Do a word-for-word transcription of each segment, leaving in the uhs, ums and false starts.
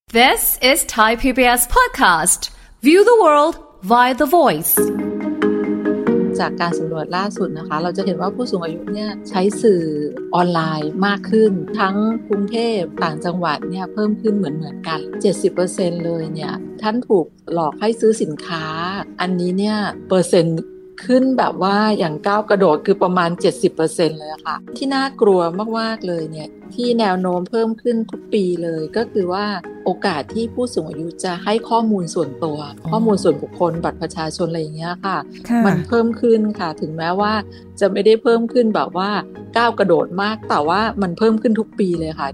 This is Thai พี บี เอส podcast. View the world via the voice. จากการสำรวจล่าสุดนะคะเราจะเห็นว่าผู้สูงอายุเนี่ยใช้สื่อออนไลน์มากขึ้นทั้งกรุงเทพต่างจังหวัดเนี่ยเพิ่มขึ้นเหมือนๆกัน เจ็ดสิบเปอร์เซ็นต์ เลยเนี่ยท่านถูกหลอกให้ซื้อสินค้าอันนี้เนี่ยเปอร์เซ็นต์ขึ้นแบบว่าอย่างก้าวกระโดดคือประมาณ เจ็ดสิบเปอร์เซ็นต์ เลยค่ะที่น่ากลัวมากๆเลยเนี่ยที่แนวโน้มเพิ่มขึ้นทุกปีเลยก็คือว่าโอกาสที่ผู้สูงอายุจะให้ข้อมูลส่วนตัวข้อมูลส่วนบุคคลบัตรประชาชนอะไรอย่างเงี้ยค่ะมันเพิ่มขึ้นค่ะถึงแม้ว่าจะไม่ได้เพิ่มขึ้นแบบว่าก้าวกระโดดมากแต่ว่ามันเพิ่มขึ้นทุกปีเลยค่ะ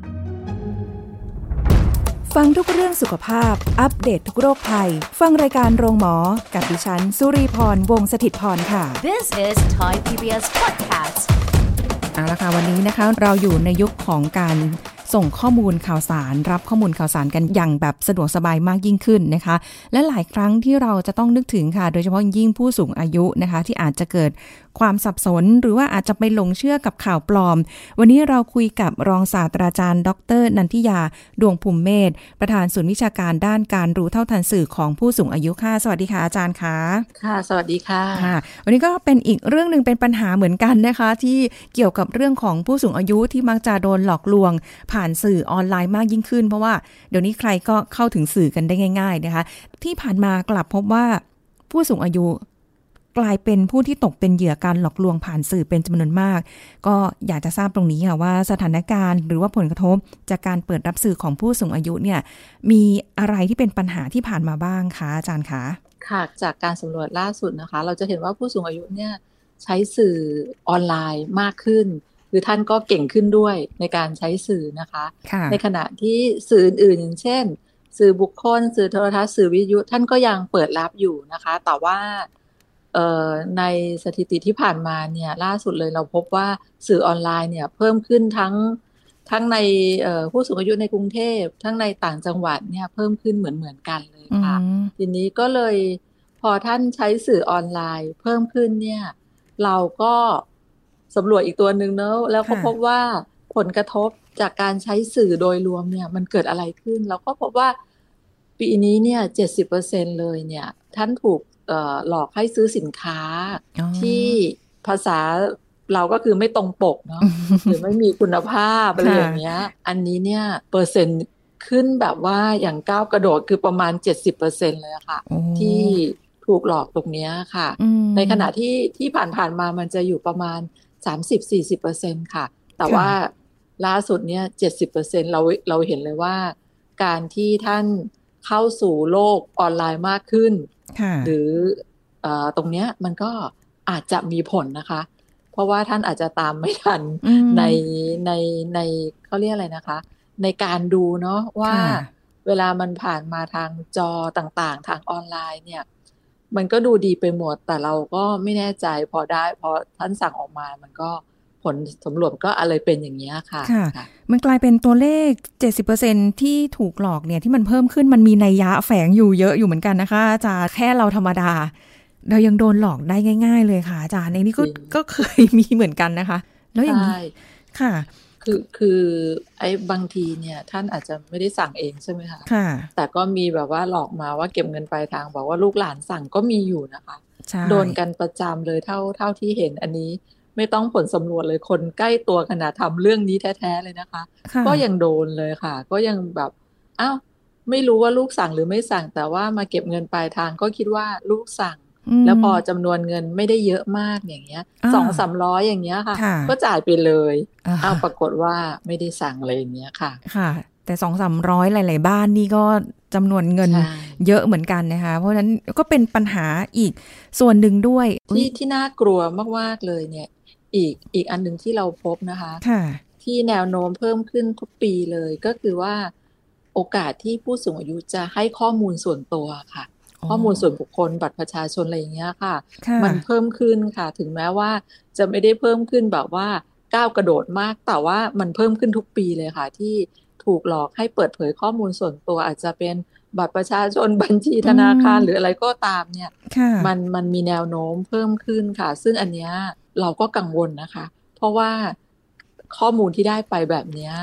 ฟังทุกเรื่องสุขภาพอัปเดต ท, ทุกโรคภัยฟังรายการโรงหมอกับดิฉันสุรีพรวงศ์สถิตย์พรค่ะ This is Thai พี บี เอส podcast เอาละค่ะวันนี้นะคะเราอยู่ในยุคของการส่งข้อมูลข่าวสารรับข้อมูลข่าวสารกันอย่างแบบสะดวกสบายมากยิ่งขึ้นนะคะและหลายครั้งที่เราจะต้องนึกถึงค่ะโดยเฉพาะยิ่งผู้สูงอายุนะคะที่อาจจะเกิดความสับสนหรือว่าอาจจะไปหลงเชื่อกับข่าวปลอมวันนี้เราคุยกับรองศาสตราจารย์ดรนันทิยาดวงภูมิเมธประธานศูนย์วิชาการด้านการรู้เท่าทันสื่อของผู้สูงอายุค่ะสวัสดีค่ะอาจารย์คะค่ะสวัสดีค่ะค่ะวันนี้ก็เป็นอีกเรื่องนึงเป็นปัญหาเหมือนกันนะคะที่เกี่ยวกับเรื่องของผู้สูงอายุที่มักจะโดนหลอกลวงผ่านสื่อออนไลน์มากยิ่งขึ้นเพราะว่าเดี๋ยวนี้ใครก็เข้าถึงสื่อกันได้ง่ายๆนะคะที่ผ่านมากลับพบว่าผู้สูงอายุกลายเป็นผู้ที่ตกเป็นเหยื่อการหลอกลวงผ่านสื่อเป็นจำนวนมากก็อยากจะทราบตรงนี้ค่ะว่าสถานการณ์หรือว่าผลกระทบจากการเปิดรับสื่อของผู้สูงอายุเนี่ยมีอะไรที่เป็นปัญหาที่ผ่านมาบ้างคะอาจารย์คะค่ะจากการสำรวจล่าสุดนะคะเราจะเห็นว่าผู้สูงอายุเนี่ยใช้สื่อออนไลน์มากขึ้นคือท่านก็เก่งขึ้นด้วยในการใช้สื่อนะคะในขณะที่สื่ออื่นๆอย่างเช่นสื่อบุคคลสื่อโทรทัศน์สื่อวิทยุท่านก็ยังเปิดรับอยู่นะคะแต่ว่าในสถิติที่ผ่านมาเนี่ยล่าสุดเลยเราพบว่าสื่อออนไลน์เนี่ยเพิ่มขึ้นทั้งทั้งในผู้สูงอายุในกรุงเทพทั้งในต่างจังหวัดเนี่ยเพิ่มขึ้นเหมือนเหมือนกันเลยค่ะทีนี้ก็เลยพอท่านใช้สื่อออนไลน์เพิ่มขึ้นเนี่ยเราก็สำรวจอีกตัวหนึ่งเนอะแล้วก็พบว่าผลกระทบจากการใช้สื่อโดยรวมเนี่ยมันเกิดอะไรขึ้นเราก็พบว่าปีนี้เนี่ย เจ็ดสิบเปอร์เซ็นต์ เลยเนี่ยท่านถูกเอ่อหลอกให้ซื้อสินค้าที่ภาษาเราก็คือไม่ตรงปกเนาะ หรือไม่มีคุณภาพอะไรอย่างเงี้ยอันนี้เนี่ยเปอร์เซ็นต์ขึ้นแบบว่าอย่างก้าวกระโดดคือประมาณ เจ็ดสิบเปอร์เซ็นต์ เลยค่ะที่ถูกหลอกตรงเนี้ยค่ะในขณะที่ที่ผ่านๆมามันจะอยู่ประมาณ สามสิบถึงสี่สิบเปอร์เซ็นต์ ค่ะแต่ว่าล่าสุดเนี่ย เจ็ดสิบเปอร์เซ็นต์ เราเราเห็นเลยว่าการที่ท่านเข้าสู่โลกออนไลน์มากขึ้นหรือเอ่อตรงเนี้ยมันก็อาจจะมีผลนะคะเพราะว่าท่านอาจจะตามไม่ทันในในในเขาเรียกอะไรนะคะในการดูเนาะว่าเวลามันผ่านมาทางจอต่างๆทางออนไลน์เนี่ยมันก็ดูดีไปหมดแต่เราก็ไม่แน่ใจพอได้พอท่านสั่งออกมามันก็ผลสำรวจก็อะไรเป็นอย่างนี้ค่ะมันกลายเป็นตัวเลข เจ็ดสิบเปอร์เซ็นต์ ที่ถูกหลอกเนี่ยที่มันเพิ่มขึ้นมันมีนัยยะแฝงอยู่เยอะอยู่เหมือนกันนะคะอาจารย์แค่เราธรรมดาเรายังโดนหลอกได้ง่ายๆเลยค่ะอาจารย์ในนี้ก็ก็เคยมีเหมือนกันนะคะแล้วอย่างนี้ค่ะคือคือไอ้บางทีเนี่ยท่านอาจจะไม่ได้สั่งเองใช่ไหมคะค่ะแต่ก็มีแบบว่าหลอกมาว่าเก็บเงินปลายทางบอกว่าลูกหลานสั่งก็มีอยู่นะคะโดนกันประจำเลยเท่าเท่าที่เห็นอันนี้ไม่ต้องผลสำรวจเลยคนใกล้ตัวขนาดทำเรื่องนี้แท้ๆเลยนะคะก็ยังโดนเลยค่ะก็ยังแบบอ้าวไม่รู้ว่าลูกสั่งหรือไม่สั่งแต่ว่ามาเก็บเงินปลายทางก็คิดว่าลูกสั่งแล้วพอจำนวนเงินไม่ได้เยอะมากอย่างเงี้ยสองสามร้อยอย่างเงี้ยค่ะก็จ่ายไปเลยอ้าวปรากฏว่าไม่ได้สั่งอะไรอย่างเงี้ยค่ะค่ะแต่สองสามร้อยหลายๆบ้านนี่ก็จำนวนเงินเยอะเหมือนกันนะคะเพราะฉะนั้นก็เป็นปัญหาอีกส่วนหนึ่งด้วยที่ที่น่ากลัวมากๆเลยเนี่ยอีกอีกอันนึงที่เราพบนะคะที่แนวโน้มเพิ่มขึ้นทุกปีเลยก็คือว่าโอกาสที่ผู้สูงอายุจะให้ข้อมูลส่วนตัวค่ะข้อมูลส่วนบุคคลบัตรประชาชนอะไรอย่างเงี้ยค่ะมันเพิ่มขึ้นค่ะถึงแม้ว่าจะไม่ได้เพิ่มขึ้นแบบว่าก้าวกระโดดมากแต่ว่ามันเพิ่มขึ้นทุกปีเลยค่ะที่ถูกหลอกให้เปิดเผยข้อมูลส่วนตัวอาจจะเป็นบัตรประชาชนบัญชีธนาคารหรืออะไรก็ตามเนี่ยมันมันมีแนวโน้มเพิ่มขึ้นค่ะซึ่งอันเนี้ยเราก็กังวลนะคะเพราะว่าข้อมูลที่ได้ไปแบบเนี้ย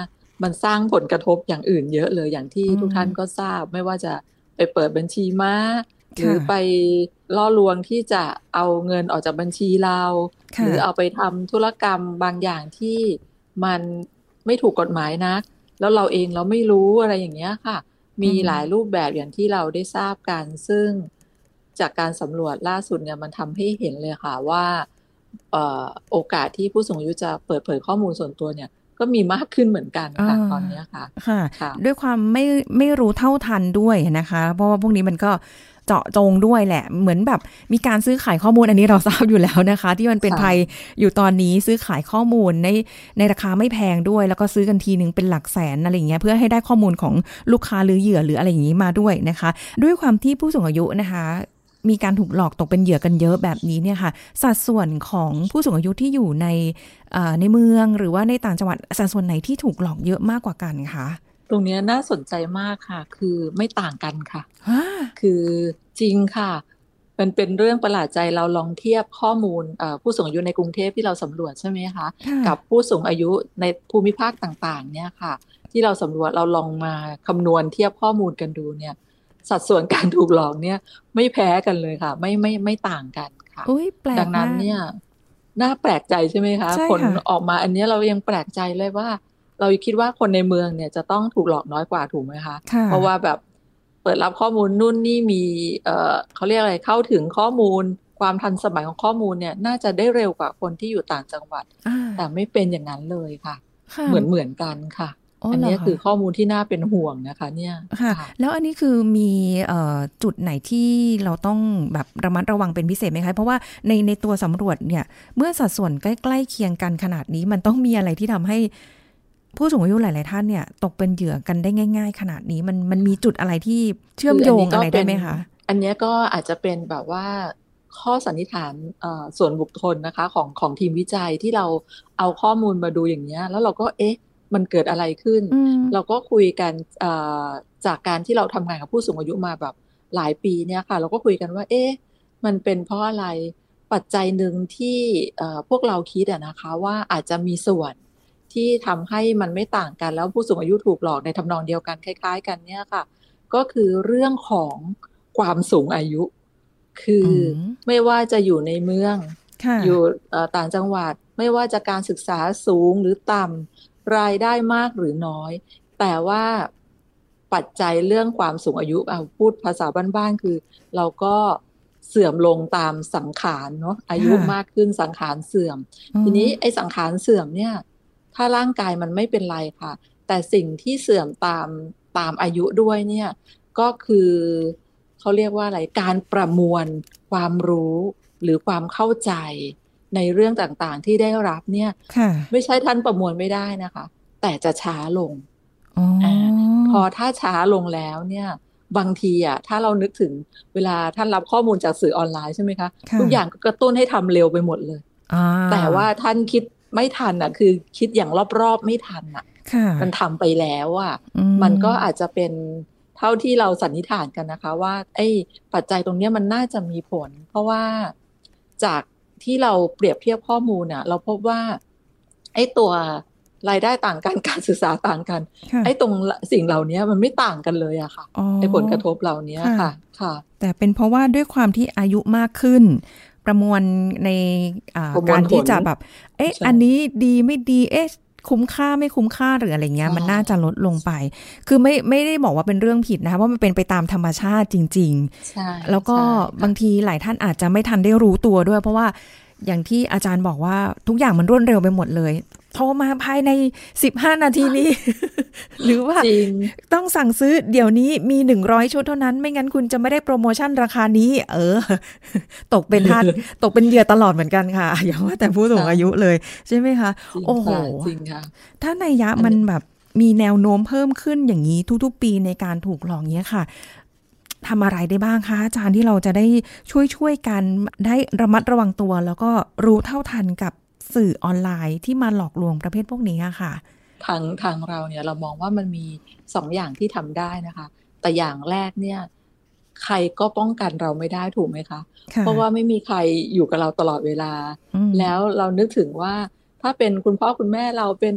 มันสร้างผลกระทบอย่างอื่นเยอะเลยอย่างที่ทุกท่านก็ทราบไม่ว่าจะไปเปิดบัญชีม้าหรือไปล่อลวงที่จะเอาเงินออกจากบัญชีเราหรือเอาไปทำธุรกรรมบางอย่างที่มันไม่ถูกกฎหมายนะแล้วเราเองเราไม่รู้อะไรอย่างเงี้ยค่ะมีหลายรูปแบบอย่างที่เราได้ทราบกันซึ่งจากการสำรวจล่าสุดเนี่ยมันทำให้เห็นเลยค่ะว่าเอ่อโอกาสที่ผู้สูงอายุจะเปิดเผยข้อมูลส่วนตัวเนี่ยก็มีมากขึ้นเหมือนกันค่ะตอนนี้ค่ะค่ะด้วยความไม่ไม่รู้เท่าทันด้วยนะคะเพราะว่าพวกนี้มันก็เจาะจงด้วยแหละเหมือนแบบมีการซื้อขายข้อมูลอันนี้เราทราบอยู่แล้วนะคะที่มันเป็นภัยอยู่ตอนนี้ซื้อขายข้อมูลในในราคาไม่แพงด้วยแล้วก็ซื้อกันทีนึงเป็นหลักแสนอะไรอย่างเงี้ยเพื่อให้ได้ข้อมูลของลูกค้าหรือเหยื่อหรืออะไรอย่างนี้มาด้วยนะคะด้วยความที่ผู้สูงอายุนะคะมีการถูกหลอกตกเป็นเหยื่อกันเยอะแบบนี้เนี่ยค่ะสัดส่วนของผู้สูงอายุที่อยู่ในในเมืองหรือว่าในต่างจังหวัดสัดส่วนไหนที่ถูกหลอกเยอะมากกว่ากันคะตรงนี้น่าสนใจมากค่ะคือไม่ต่างกันค่ะคือจริงค่ะมันเป็นเรื่องประหลาดใจเราลองเทียบข้อมูลผู้สูงอายุในกรุงเทพที่เราสำรวจใช่ไหมคะกับผู้สูงอายุในภูมิภาคต่างๆเนี่ยค่ะที่เราสำรวจเราลองมาคำนวณเทียบข้อมูลกันดูเนี่ยสัดส่วนการถูกหลอกเนี่ยไม่แพ้กันเลยค่ะไม่ไม่ไม่ต่างกันค่ะดังนั้นเนี่ยน่าแปลกใจใช่ไหมคะผลออกมาอันนี้เรายังแปลกใจเลยว่าเราคิดว่าคนในเมืองเนี่ยจะต้องถูกหลอกน้อยกว่าถูกไหมคะเพราะว่าแบบเปิดรับข้อมูลนู่นนี่มีเอ่อเขาเรียกอะไรเข้าถึงข้อมูลความทันสมัยของข้อมูลเนี่ยน่าจะได้เร็วกว่าคนที่อยู่ต่างจังหวัดแต่ไม่เป็นอย่างนั้นเลยค่ะเหมือนเหมือนกันค่ะอันนี้คือข้อมูลที่น่าเป็นห่วงนะคะเนี่ยค่ะแล้วอันนี้คือมีจุดไหนที่เราต้องแบบระมัดระวังเป็นพิเศษไหมคะเพราะว่าในในตัวสำรวจเนี่ยเมื่อสัดส่วนใกล้ๆเคียงกันขนาดนี้มันต้องมีอะไรที่ทำให้ผู้สูงอายุหลายๆท่านเนี่ยตกเป็นเหยื่อกันได้ง่ายๆขนาดนี้มันมันมีจุดอะไรที่เชื่อมโยงอะไรได้ไหมคะอันนี้ก็อาจจะเป็นแบบว่าข้อสันนิษฐานส่วนบุคคลนะคะของของทีมวิจัยที่เราเอาข้อมูลมาดูอย่างนี้แล้วเราก็เอ๊ะมันเกิดอะไรขึ้นเราก็คุยกันจากการที่เราทำงานกับผู้สูงอายุมาแบบหลายปีเนี่ยค่ะเราก็คุยกันว่าเอ๊ะมันเป็นเพราะอะไรปัจจัยหนึ่งที่พวกเราคิดอะนะคะว่าอาจจะมีส่วนที่ทำให้มันไม่ต่างกันแล้วผู้สูงอายุถูกหลอกในทำนองเดียวกันคล้ายๆกันเนี่ยค่ะก็คือเรื่องของความสูงอายุคือไม่ว่าจะอยู่ในเมืองอยู่ต่างจังหวัดไม่ว่าจะการศึกษาสูงหรือต่ำรายได้มากหรือน้อยแต่ว่าปัจจัยเรื่องความสูงอายุเอาพูดภาษาบ้านๆคือเราก็เสื่อมลงตามสังขารเนาะอายุมากขึ้นสังขารเสื่อมทีนี้ไอ้สังขารเสื่อมเนี่ยถ้าร่างกายมันไม่เป็นไรค่ะแต่สิ่งที่เสื่อมตามตามอายุด้วยเนี่ยก็คือเขาเรียกว่าอะไรการประมวลความรู้หรือความเข้าใจในเรื่องต่างๆที่ได้รับเนี่ยไม่ใช่ท่านประมวลไม่ได้นะคะแต่จะช้าลงอ, พอถ้าช้าลงแล้วเนี่ยบางทีอ่ะถ้าเรานึกถึงเวลาท่านรับข้อมูลจากสื่อออนไลน์ใช่ไหมคะทุกอย่างก็กระตุ้นให้ทำเร็วไปหมดเลยแต่ว่าท่านคิดไม่ทันอ่ะคือคิดอย่างรอบๆไม่ทันอ่ะมันทำไปแล้วอ่ะมันก็อาจจะเป็นเท่าที่เราสันนิษฐานกันนะคะว่าไอ้ปัจจัยตรงนี้มันน่าจะมีผลเพราะว่าจากที่เราเปรียบเทียบข้อมูลน่ะเราพบว่าไอ้ตัวรายได้ต่างกันการศึกษาต่างกันไอ้ตรงสิ่งเหล่านี้มันไม่ต่างกันเลยอะค่ะไอ้ผลกระทบเหล่านี้ค่ะค่ะแต่เป็นเพราะว่าด้วยความที่อายุมากขึ้นประมวลในการที่จะแบบเอ๊ะอันนี้ดีไม่ดีเอ๊ะคุ้มค่าไม่คุ้มค่าหรืออะไรเงี้ยมันน่าจะลดลงไปคือไม่ไม่ได้บอกว่าเป็นเรื่องผิดนะคะเพราะมันเป็นไปตามธรรมชาติจริงๆแล้วก็บางทีหลายท่านอาจจะไม่ทันได้รู้ตัวด้วยเพราะว่าอย่างที่อาจารย์บอกว่าทุกอย่างมันรวดเร็วไปหมดเลยโทรมาภายในสิบห้านาทีนี้ หรือว่าต้องสั่งซื้อเดี๋ยวนี้มีหนึ่งร้อยชุดเท่านั้นไม่งั้นคุณจะไม่ได้โปรโมชั่นราคานี้เออตกเป็นท่านตกเป็นเหยื่อตลอดเหมือนกันค่ะอย่าว่าแต่ผู้สูงอายุเลยใช่ไหมคะโอ้โหจริงค่ะถ้านัยยะมันแบบมีแนวโน้มเพิ่มขึ้นอย่างนี้ทุกๆปีในการถูกหลอกเนี้ยค่ะทำอะไรได้บ้างคะอาจารย์ที่เราจะได้ช่วยๆกันได้ระมัดระวังตัวแล้วก็รู้เท่าทันกับสื่อออนไลน์ที่มาหลอกลวงประเภทพวกนี้ค่ะทางทางเราเนี่ยเรามองว่ามันมีสองอย่างที่ทำได้นะคะแต่อย่างแรกเนี่ยใครก็ป้องกันเราไม่ได้ถูกไหมคะเพราะว่าไม่มีใครอยู่กับเราตลอดเวลาแล้วเรานึกถึงว่าถ้าเป็นคุณพ่อคุณแม่เราเป็น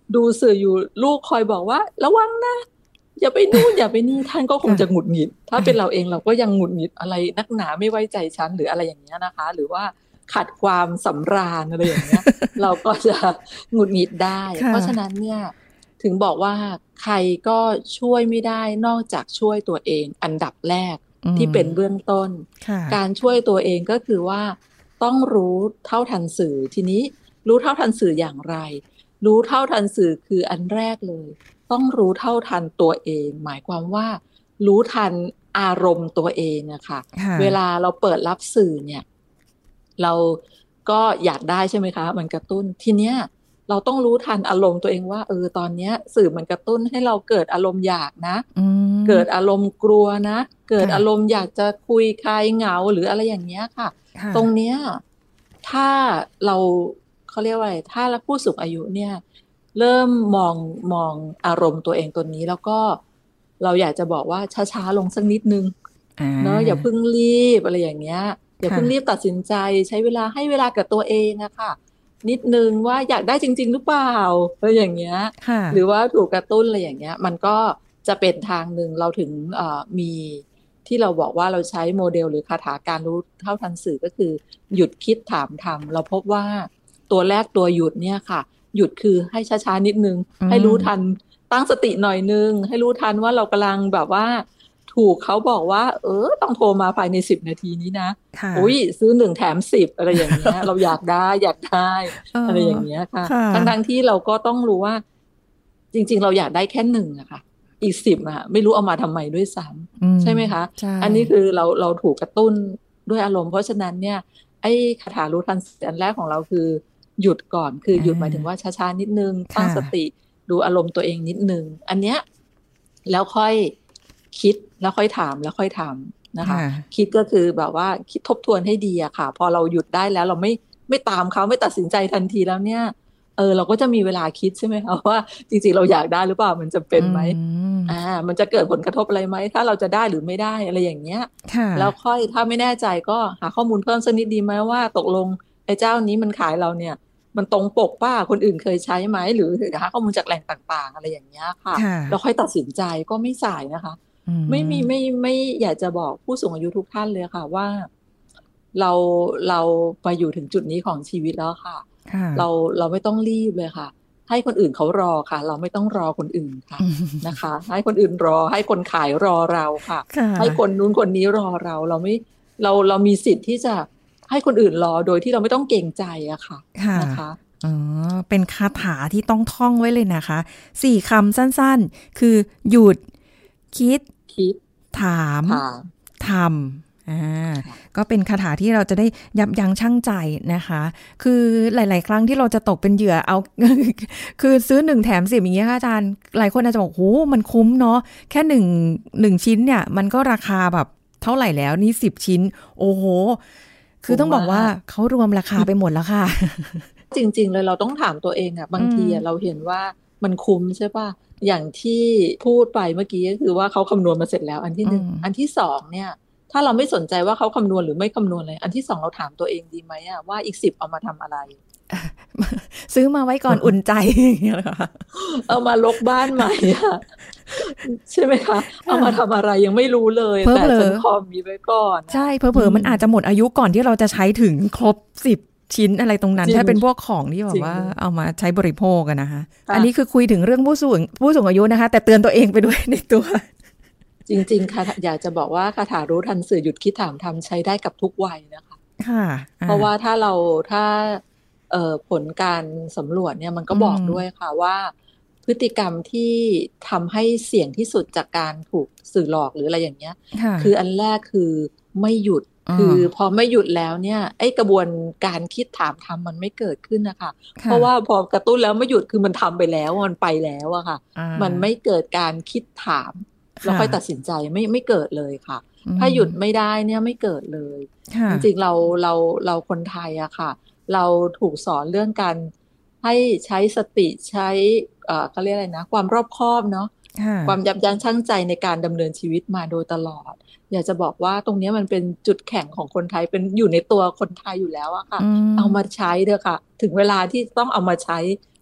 ดูสื่ออยู่ลูกคอยบอกว่าระวังนะอย่าไปนู่นอย่าไปนี่ท่านก็คงจะหงุดหงิดถ้าเป็นเราเองเราก็ยังหงุดหงิดอะไรนักหนาไม่ไว้ใจฉันหรืออะไรอย่างเงี้ยนะคะหรือว่าขัดความสำราญอะไรอย่างเงี้ย เราก็จะหงุดหงิดได้เพราะฉะนั้นเนี่ยถึงบอกว่าใครก็ช่วยไม่ได้นอกจากช่วยตัวเองอันดับแรกที่เป็นเบื้องต้นการช่วยตัวเองก็คือว่าต้องรู้เท่าทันสื่อทีนี้รู้เท่าทันสื่ออย่างไรรู้เท่าทันสื่อคืออันแรกเลยต้องรู้เท่าทันตัวเองหมายความว่ารู้ทันอารมณ์ตัวเองอะค่ะเวลาเราเปิดรับสื่อเนี่ยเราก็อยากได้ใช่ไหมคะมันกระตุ้นทีเนี้ยเราต้องรู้ทันอารมณ์ตัวเองว่าเออตอนเนี้ยสื่อมันกระตุ้นให้เราเกิดอารมณ์อยากนะเกิดอารมณ์กลัวนะเกิดอารมณ์อยากจะคุยคลายเหงาหรืออะไรอย่างเงี้ยค่ะตรงเนี้ยถ้าเราเขาเรียกว่าอะไรถ้าผู้สูงอายุเนี่ยเริ่มมองมองอารมณ์ตัวเองตัวนี้แล้วก็เราอยากจะบอกว่าช้าๆลงสักนิดนึงเนาะอย่าเพิ่งรีบอะไรอย่างเงี้ยอย่าเพิ่งรีบตัดสินใจใช้เวลาให้เวลากับตัวเองอะค่ะนิดนึงว่าอยากได้จริงๆหรือเปล่าอะไรอย่างเงี้ยหรือว่าถูกกระตุ้นอะไรอย่างเงี้ยมันก็จะเป็นทางหนึ่งเราถึงเอ่อมีที่เราบอกว่าเราใช้โมเดลหรือคาถาการรู้เท่าทันสื่อก็คือหยุดคิดถามทำเราพบว่าตัวแรกตัวหยุดเนี่ยค่ะหยุดคือให้ช้าๆนิดนึงให้รู้ทันตั้งสติหน่อยนึงให้รู้ทันว่าเรากำลังแบบว่าถูกเขาบอกว่าเออต้องโทรมาภายในสิบนาทีนี้นะอุ้ยซื้อหนึ่งแถมสิบอะไรอย่างเงี้ย เราอยากได้อยากได้อะไรอย่างเงี้ยค่ะทั้งๆที่เราก็ต้องรู้ว่าจริงๆเราอยากได้แค่หนึ่งอะค่ะอีกสิบอะไม่รู้เอามาทำไมด้วยซ้ำใช่ไหมคะอันนี้คือเราเราถูกกระตุ้นด้วยอารมณ์เพราะฉะนั้นเนี่ยไอ้คาถารู้ทันอันแรกของเราคือหยุดก่อนคือหยุดหมายถึงว่าช้าๆนิดนึงตั้งสติดูอารมณ์ตัวเองนิดนึงอันเนี้ยแล้วค่อยคิดแล้วค่อยถามแล้วค่อยทำนะคะคิดก็คือแบบว่าคิดทบทวนให้ดีอะค่ะพอเราหยุดได้แล้วเราไม่ไม่ตามเขาไม่ตัดสินใจทันทีแล้วเนี่ยเออเราก็จะมีเวลาคิดใช่ไหมคะว่าจริงๆเราอยากได้หรือเปล่ามันจะเป็นไหมอ่ามันจะเกิดผลกระทบอะไรไหมถ้าเราจะได้หรือไม่ได้อะไรอย่างเงี้ยแล้วค่อยถ้าไม่แน่ใจก็หาข้อมูลเพิ่มสักนิดดีไหมว่าตกลงไอ้เจ้านี้มันขายเราเนี่ยมันตรงปกป้าคนอื่นเคยใช้ไหมหรือหาข้อมูลจากแหล่งต่างๆอะไรอย่างเงี้ยค่ะแล้วค่อยตัดสินใจก็ไม่สายนะคะไม่มีไม่ไม่อยากจะบอกผู้สูงอายุทุกท่านเลยค่ะว่าเราเราไปอยู่ถึงจุดนี้ของชีวิตแล้วค่ะเราเราไม่ต้องรีบเลยค่ะให้คนอื่นเขารอค่ะเราไม่ต้องรอคนอื่นค่ะนะคะให้คนอื่นรอให้คนขายรอเราค่ะให้คนนู้นคนนี้รอเราเราไม่เราเรามีสิทธิ์ที่จะให้คนอื่นรอโดยที่เราไม่ต้องเกรงใจอะค่ะนะคะอ๋อเป็นคาถาที่ต้องท่องไว้เลยนะคะสี่คำสั้นๆคือหยุดคิดคิดถามทำอ่าก็เป็นคาถาที่เราจะได้ยับยั้งชั่งใจนะคะคือหลายๆครั้งที่เราจะตกเป็นเหยื่อเอา คือซื้อหนึ่งแถมสิบอย่างเงี้ยค่ะอาจารย์หลายคนอาจจะบอกโหมันคุ้มเนาะแค่หนึ่งหนึ่งชิ้นเนี่ยมันก็ราคาแบบเท่าไหร่แล้วนี่สิบชิ้นโอ้โหคือต้องบอกว่าเขารวมราคาไปหมดแล้วค่ะจริงๆเลยเราต้องถามตัวเองอ่ะบางทีเราเห็นว่ามันคุ้มใช่ป่ะอย่างที่พูดไปเมื่อกี้ก็คือว่าเขาคำนวณมาเสร็จแล้วอันที่หนึ่งอันที่สองเนี่ยถ้าเราไม่สนใจว่าเขาคำนวณหรือไม่คำนวณเลยอันที่สองเราถามตัวเองดีไหมอ่ะว่าอีกสิบเอามาทำอะไรซื้อมาไว้ก่อนอุ่นใจอย่างเงี้ยค่ะเอามาลกบ้านใหม่อ่ะใช่ไหมคะเอามาทำอะไรยังไม่รู้เลยแต่ฉันขอมีไว้ก่อนใช่เผลอๆมันอาจจะหมดอายุก่อนที่เราจะใช้ถึงครบสิบชิ้นอะไรตรงนั้นถ้าเป็นพวกของที่แบบว่าเอามาใช้บริโภคกันนะคะอันนี้คือคุยถึงเรื่องผู้สูงผู้สูงอายุนะคะแต่เตือนตัวเองไปด้วยในตัวจริงๆค่ะอยากจะบอกว่าคาถารู้ทันสื่อหยุดคิดถามทำใช้ได้กับทุกวัยนะคะค่ะเพราะว่าถ้าเราถ้าเอ่อผลการสำรวจเนี่ยมันก็บอกด้วยค่ะว่าพฤติกรรมที่ทำให้เสี่ยงที่สุดจากการถูกสื่อหลอกหรืออะไรอย่างเงี้ยคืออันแรกคือไม่หยุดคือพอไม่หยุดแล้วเนี่ยไอ้กระบวนการคิดถามทำมันไม่เกิดขึ้นนะคะเพราะว่าพอกระตุ้นแล้วไม่หยุดคือมันทำไปแล้วมันไปแล้วอะค่ะมันไม่เกิดการคิดถามแล้วค่อยตัดสินใจไม่ไม่เกิดเลยค่ะถ้าหยุดไม่ได้เนี่ยไม่เกิดเลยจริงๆเราเราเราคนไทยอะค่ะเราถูกสอนเรื่องการให้ใช้สติใช้เอ่อเขาเรียกอะไรนะความรอบคอบเนาะความยับยั้งชั่งใจในการดำเนินชีวิตมาโดยตลอดอยากจะบอกว่าตรงนี้มันเป็นจุดแข็งของคนไทยเป็นอยู่ในตัวคนไทยอยู่แล้วอะค่ะเอามาใช้เถอะค่ะถึงเวลาที่ต้องเอามาใช้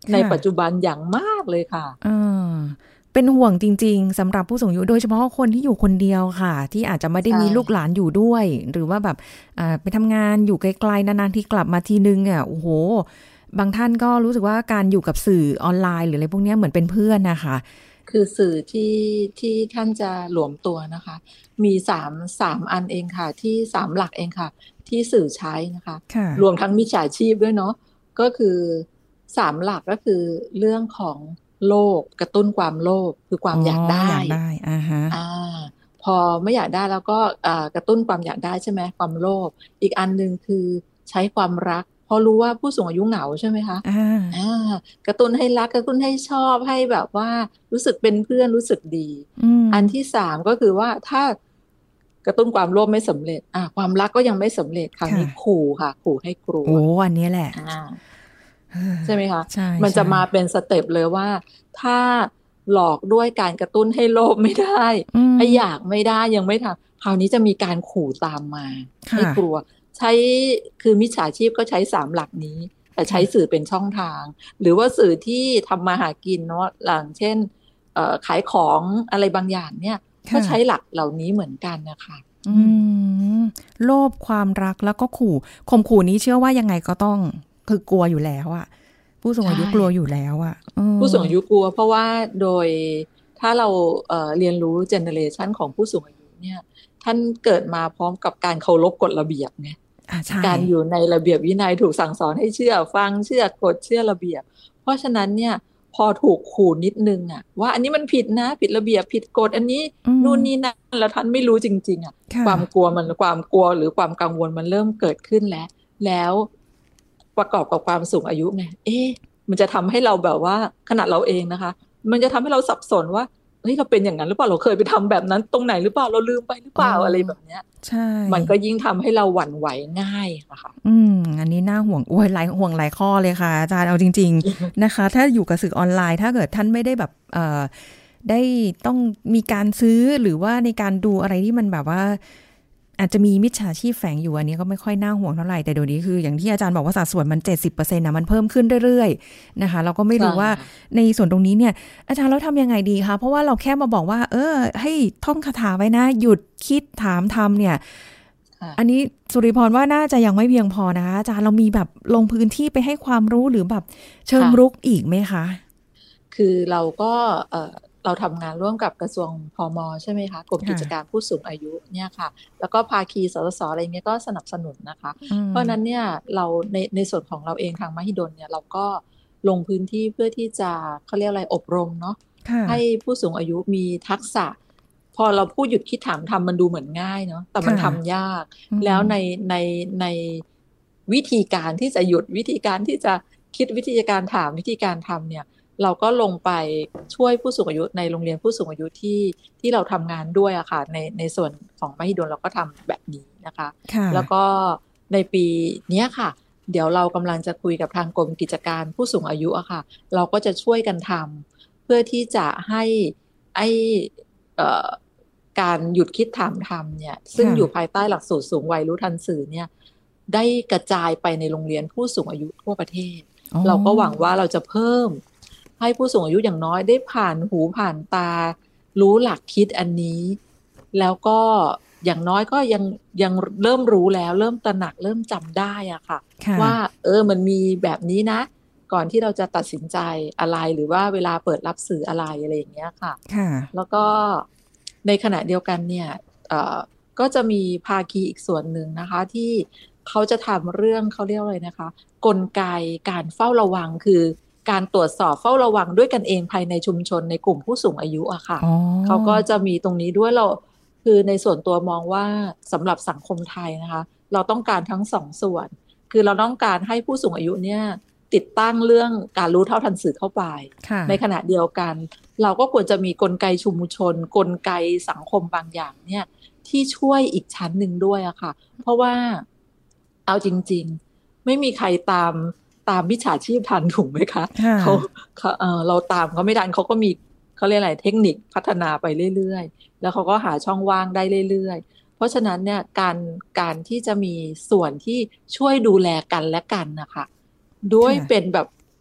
ในปัจจุบันอย่างมากเลยค่ะอ่าเป็นห่วงจริงๆสำหรับผู้สูงอายุโดยเฉพาะคนที่อยู่คนเดียวค่ะที่อาจจะไม่ได้มีลูกหลานอยู่ด้วยหรือว่าแบบไปทำงานอยู่ไกลๆนานๆที่กลับมาทีนึงอ่ะโอ้โหบางท่านก็รู้สึกว่าการอยู่กับสื่อออนไลน์หรืออะไรพวกนี้เหมือนเป็นเพื่อนนะคะคือสื่อที่ที่ท่านจะหลวมตัวนะคะมีสามสามอันเองค่ะที่สามหลักเองค่ะที่สื่อใช้นะคะรวมทั้งมิจฉาชีพด้วยเนาะก็คือสามหลักก็คือเรื่องของโลภกระตุ้นความโลภคือความอยากได้อยากได้อ่าฮะอ่าพอไม่อยากได้แล้วก็อ่ากระตุ้นความอยากได้ใช่ไหมความโลภอีกอันนึงคือใช้ความรักพอรู้ว่าผู้สูงอายุเหงาใช่ไหมคะอ่าอ่ากระตุ้นให้รักกระตุ้นให้ชอบให้แบบว่ารู้สึกเป็นเพื่อนรู้สึกดีอันที่สามก็คือว่าถ้ากระตุ้นความโลภไม่สำเร็จอ่าความรักก็ยังไม่สำเร็จคราวนี้ขู่ค่ะขู่ให้กลัวโอ้อันนี้แหละอ่าใช่ไหมคะใช่มันจะมาเป็นสเต็ปเลยว่าถ้าหลอกด้วยการกระตุ้นให้โลภไม่ได้ให้อยากไม่ได้ยังไม่ทำคราวนี้จะมีการขู่ตามมาให้กลัวใช้คือมิจฉาชีพก็ใช้สามหลักนี้แต่ใช้สื่อเป็นช่องทางหรือว่าสื่อที่ทำมาหากินเนาะหลังเช่นขายของอะไรบางอย่างเนี่ยก็ใช้หลักเหล่านี้เหมือนกันนะคะอืมโลภความรักแล้วก็ขู่ข่มขู่นี้เชื่อว่ายังไงก็ต้องคือกลัวอยู่แล้วอะผู้สูงอายุกลัวอยู่แล้วอะผู้สูงอายุกลัวเพราะว่าโดยถ้าเราเอ่อเรียนรู้เจเนอเรชันของผู้สูงอายุเนี่ยท่านเกิดมาพร้อมกับการเคารพกฎระเบียบไงการอยู่ในระเบียบวินัยถูกสั่งสอนให้เชื่อฟังเชื่อกฎเชื่อระเบียบเพราะฉะนั้นเนี่ยพอถูกขู่นิดนึงอ่ะว่าอันนี้มันผิดนะผิดระเบียบผิดกฎอันนี้นู่นนี่นั่นแล้วท่านไม่รู้จริงๆอ่ะความกลัวมันความกลัวหรือความกังวลมันเริ่มเกิดขึ้นแล้วแล้วประกอบกับความสูงอายุไงเอ๊ะมันจะทำให้เราแบบว่าขนาดเราเองนะคะมันจะทำให้เราสับสนว่าเฮ้ยเราเป็นอย่างนั้นหรือเปล่าเราเคยไปทำแบบนั้นตรงไหนหรือเปล่าเราลืมไปหรือเปล่าอะไรแบบเนี้ยใช่มันก็ยิ่งทำให้เราหวั่นไหวง่ายนะคะอืมอันนี้น่าห่วงโอ้ยหลายห่วงหลายข้อเลยค่ะอาจารย์เอาจริงๆ นะคะถ้าอยู่กับสื่อออนไลน์ถ้าเกิดท่านไม่ได้แบบเอ่อได้ต้องมีการซื้อหรือว่าในการดูอะไรที่มันแบบว่าอาจจะมีมิจฉาชีพแฝงอยู่อันนี้ก็ไม่ค่อยน่าห่วงเท่าไหร่แต่เดี๋ยวนี้คืออย่างที่อาจารย์บอกว่าสัดส่วนมัน เจ็ดสิบเปอร์เซ็นต์ นะมันเพิ่มขึ้นเรื่อยๆนะคะเราก็ไม่รู้ว่าในส่วนตรงนี้เนี่ยอาจารย์เราทำยังไงดีคะเพราะว่าเราแค่มาบอกว่าเออให้ท่องคาถาไว้นะหยุดคิดถามทำเนี่ยอันนี้สุริพรว่าน่าจะยังไม่เพียงพอนะคะอาจารย์เรามีแบบลงพื้นที่ไปให้ความรู้หรือแบบเชิงรุกอีกไหมคะคือเราก็เอ่อเราทำงานร่วมกับกระทรวงพม.ใช่ไหมคะกรมกิจการผู้สูงอายุเนี่ยค่ะแล้วก็ภาคีสสสอะไรเงี้ยก็สนับสนุนนะคะเพราะนั้นเนี่ยเราในในส่วนของเราเองทางมหิดลเนี่ยเราก็ลงพื้นที่เพื่อที่จะเขาเรียกอะไรอบรมเนาะให้ผู้สูงอายุมีทักษะพอเราพูดหยุดคิดถามทำมันดูเหมือนง่ายเนาะแต่มันทำยากแล้วในในในวิธีการที่จะหยุดวิธีการที่จะคิดวิธีการถามวิธีการทำเนี่ยเราก็ลงไปช่วยผู้สูงอายุในโรงเรียนผู้สูงอายุที่ที่เราทำงานด้วยอะค่ะในในส่วนของมหิดลเราก็ทำแบบนี้นะคะแล้วก็ในปีนี้ค่ะเดี๋ยวเรากำลังจะคุยกับทางกรมกิจการผู้สูงอายุอะค่ะเราก็จะช่วยกันทำเพื่อที่จะให้ไอเอ่อการหยุดคิดถามทำเนี่ยซึ่งอยู่ภายใต้หลักสูตรสูงวัยรู้ทันสื่อเนี่ยได้กระจายไปในโรงเรียนผู้สูงอายุทั่วประเทศเราก็หวังว่าเราจะเพิ่มให้ผู้สูงอายุอย่างน้อยได้ผ่านหูผ่านตารู้หลักคิดอันนี้แล้วก็อย่างน้อยก็ยังยังเริ่มรู้แล้วเริ่มตระหนักเริ่มจำได้อะค่ะว่าเออมันมีแบบนี้นะก่อนที่เราจะตัดสินใจอะไรหรือว่าเวลาเปิดรับสื่ออะไรอะไรอย่างเงี้ยค่ะแล้วก็ในขณะเดียวกันเนี่ยเอ่อก็จะมีภาคีอีกส่วนหนึ่งนะคะที่เขาจะทำเรื่องเขาเรียกอะไรนะคะกลไกการเฝ้าระวังคือการตรวจสอบเฝ้าระวังด้วยกันเองภายในชุมชนในกลุ่มผู้สูงอายุอะค่ะเขาก็จะมีตรงนี้ด้วยเราคือในส่วนตัวมองว่าสำหรับสังคมไทยนะคะเราต้องการทั้งสองส่วนคือเราต้องการให้ผู้สูงอายุเนี่ยติดตั้งเรื่องการรู้เท่าทันสื่อเข้าไปในขณะเดียวกันเราก็ควรจะมีกลไกชุมชนกลไกสังคมบางอย่างเนี่ยที่ช่วยอีกชั้นหนึ่งด้วยอะค่ะเพราะว่าเอาจริงๆไม่มีใครตามตามมิจฉาชีพทันถูกไหมคะเขาเอ่อเราตามเขาไม่ทันเขาก็มีเขาเรียกอะไรเทคนิคพัฒนาไปเรื่อยๆแล้วเขาก็หาช่องว่างได้เรื่อยๆเพราะฉะนั้นเนี่ยการการที่จะมีส่วนที่ช่วยดูแลกันและกันนะคะด้วยเป็นแบบ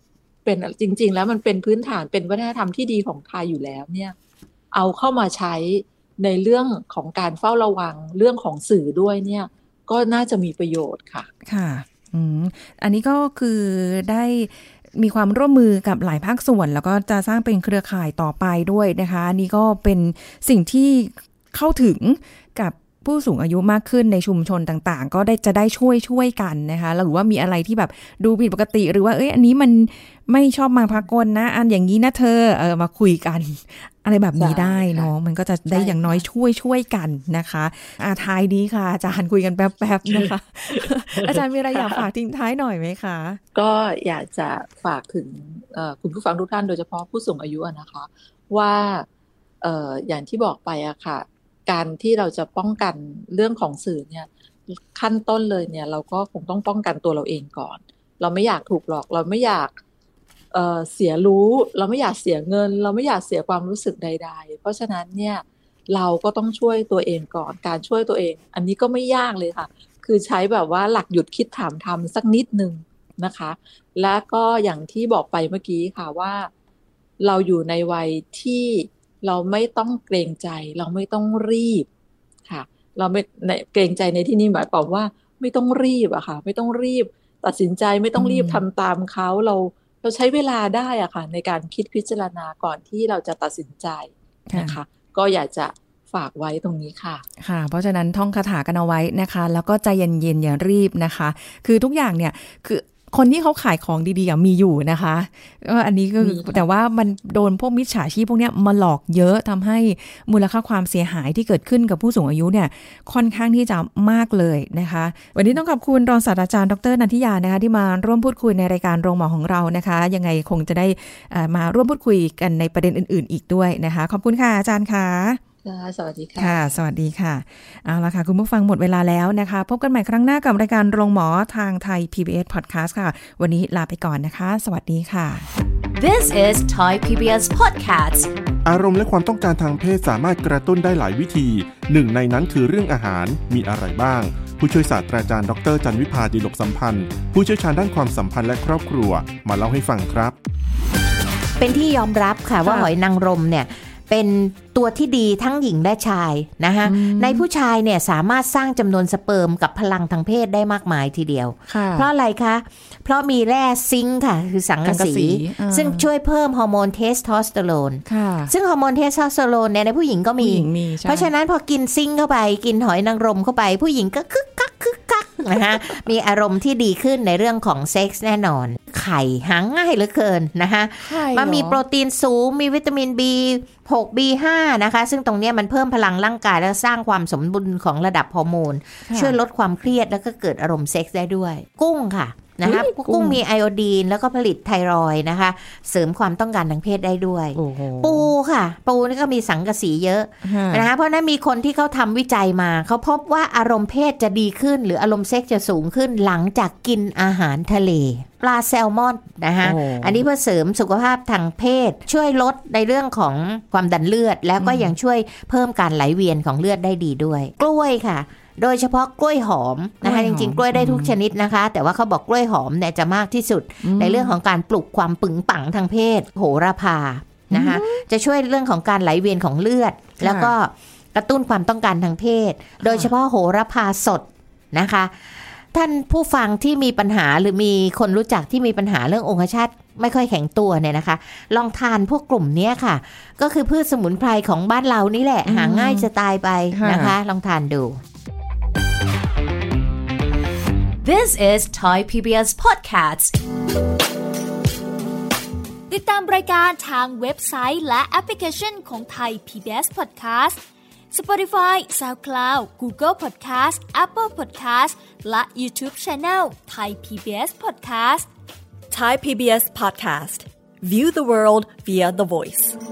เป็นจริงๆแล้วมันเป็นพื้นฐานเป็นวัฒนธรรมที่ดีของไทยอยู่แล้วเนี่ยเอาเข้ามาใช้ในเรื่องของการเฝ้าระวังเรื่องของสื่อด้วยเนี่ยก็น่าจะมีประโยชน์ค่ะค่ะอืมอันนี้ก็คือได้มีความร่วมมือกับหลายภาคส่วนแล้วก็จะสร้างเป็นเครือข่ายต่อไปด้วยนะคะอันนี้ก็เป็นสิ่งที่เข้าถึงกับผู้สูงอายุมากขึ้นในชุมชนต่างๆก็ได้จะได้ช่วยช่วยกันนะคะหรือว่ามีอะไรที่แบบดูผิดปกติหรือว่าเอ้ยอันนี้มันไม่ชอบมาพากลนะอันอย่างนี้นะเธอเออมาคุยกันอะไรแบบนี้ได้เนาะมันก็จะได้อย่างน้อยช่วยช่วยกันนะคะอาท้ายนี้ค่ะอาจารย์คุยกันแป๊บๆนะคะ อาจารย์มีอะไรอยากฝากทิ้งท้ายหน่อยไหมคะก็อยากจะฝากถึงคุณผู้ฟังทุกท่านโดยเฉพาะผู้สูงอายุนะคะว่าเอ่ออย่างที่บอกไปอะค่ะการที่เราจะป้องกันเรื่องของสื่อเนี่ยขั้นต้นเลยเนี่ยเราก็คงต้องป้องกันตัวเราเองก่อนเราไม่อยากถูกหลอกเราไม่อยากเอ่อเสียรู้เราไม่อยากเสียเงินเราไม่อยากเสียความรู้สึกใดๆเพราะฉะนั้นเนี่ยเราก็ต้องช่วยตัวเองก่อนการช่วยตัวเองอันนี้ก็ไม่ยากเลยค่ะคือใช้แบบว่าหลักหยุดคิดถามทำสักนิดนึงนะคะและก็อย่างที่บอกไปเมื่อกี้ค่ะว่าเราอยู่ในวัยที่เราไม่ต้องเกรงใจเราไม่ต้องรีบค่ะเราไม่เกรงใจในที่นี้หมายความว่าไม่ต้องรีบอะค่ะไม่ต้องรีบตัดสินใจไม่ต้องรีบทำตามเขาเราเราใช้เวลาได้อะค่ะในการคิดพิจารณาก่อนที่เราจะตัดสินใจนะคะก็อยากจะฝากไว้ตรงนี้ค่ะค่ะเพราะฉะนั้นท่องคาถากันเอาไว้นะคะแล้วก็ใจเย็นๆอย่ารีบนะคะคือทุกอย่างเนี่ยคือคนที่เขาขายของดีๆมีอยู่นะคะก็อันนี้ก็แต่ว่ามันโดนพวกมิจฉาชีพพวกนี้มาหลอกเยอะทำให้มูลค่าความเสียหายที่เกิดขึ้นกับผู้สูงอายุเนี่ยค่อนข้างที่จะมากเลยนะคะวันนี้ต้องขอบคุณรองศาสตราจารย์ดร.นันทิยานะคะที่มาร่วมพูดคุยในรายการโรงหมอของเรานะคะยังไงคงจะได้มาร่วมพูดคุยกันในประเด็นอื่นๆอีกด้วยนะคะขอบคุณค่ะอาจารย์ค่ะสวัสดีค่ะค่ะสวัสดีค่ะเอาล่ะค่ะคุณผู้ฟังหมดเวลาแล้วนะคะพบกันใหม่ครั้งหน้ากับรายการโรงหมอทางไทย พี บี เอส Podcast ค่ะวันนี้ลาไปก่อนนะคะสวัสดีค่ะ This is Thai พี บี เอส Podcast อารมณ์และความต้องการทางเพศสามารถกระตุ้นได้หลายวิธีหนึ่งในนั้นคือเรื่องอาหารมีอะไรบ้างผู้ช่วยศาสตราจารย์ดร.จันวิภาดิลกสัมพันธ์ผู้เชี่ยวชาญด้านความสัมพันธ์และครอบครัวมาเล่าให้ฟังครับเป็นที่ยอมรับค่ะว่าหอยนางรมเนี่ยเป็นตัวที่ดีทั้งหญิงและชายนะคะในผู้ชายเนี่ยสามารถสร้างจำนวนสเปิร์มกับพลังทางเพศได้มากมายทีเดียวเพราะอะไรคะเพราะมีแร่ซิงค์ค่ะคือสังกะสีซึ่งช่วยเพิ่มฮอร์โมนเทสโทสเตอโรนซึ่งฮอร์โมนเทสโทสเตอโรนเนี่ยในผู้หญิงก็มีเพราะฉะนั้นพอกินซิงค์เข้าไปกินหอยนางรมเข้าไปผู้หญิงก็คึกคักคึกคักนะคะมีอารมณ์ที่ดีขึ้นในเรื่องของเซ็กส์แน่นอนไข่หาง่ายเหลือเกินนะคะมันมีโปรตีนสูงมีวิตามิน บี หก บี ห้า นะคะซึ่งตรงนี้มันเพิ่มพลังร่างกายและสร้างความสมดุลของระดับฮอร์โมนช่วยลดความเครียดแล้วก็เกิดอารมณ์เซ็กส์ได้ด้วยกุ้งค่ะนะคะกุ้งมีไอโอดีนแล้วก็ผลิตไทรอยด์นะคะเสริมความต้องการทางเพศได้ด้วยปูค่ะปูนี่ก็มีสังกะสีเยอะนะคะเพราะนั้นมีคนที่เขาทำวิจัยมาเขาพบว่าอารมณ์เพศจะดีขึ้นหรืออารมณ์เซ็กส์จะสูงขึ้นหลังจากกินอาหารทะเลปลาแซลมอนนะคะอันนี้เพื่อเสริมสุขภาพทางเพศช่วยลดในเรื่องของความดันเลือดแล้วก็ยังช่วยเพิ่มการไหลเวียนของเลือดได้ดีด้วยกล้วยค่ะโดยเฉพาะกล้วยหอมนะคะจริงๆกล้วยได้ทุกชนิดนะคะแต่ว่าเขาบอกกล้วยหอมเนี่ยจะมากที่สุดในเรื่องของการปลุกความปึงปังทางเพศโหระพานะคะจะช่วยเรื่องของการไหลเวียนของเลือดแล้วก็กระตุ้นความต้องการทางเพศโดยเฉพาะโหระพาสดนะคะท่านผู้ฟังที่มีปัญหาหรือมีคนรู้จักที่มีปัญหาเรื่ององคชาตไม่ค่อยแข็งตัวเนี่ยนะคะลองทานพวกกลุ่มนี้ค่ะก็คือพืชสมุนไพรของบ้านเรานี่แหละหาง่ายจะตายไปนะคะลองทานดู This is Thai พี บี เอส Podcast ติดตามรายการทางเว็บไซต์และแอปพลิเคชันของ Thai พี บี เอส Podcast Spotify, SoundCloud, Google Podcast, Apple Podcast และ YouTube Channel Thai พี บี เอส Podcast Thai พี บี เอส Podcast View the world via the voice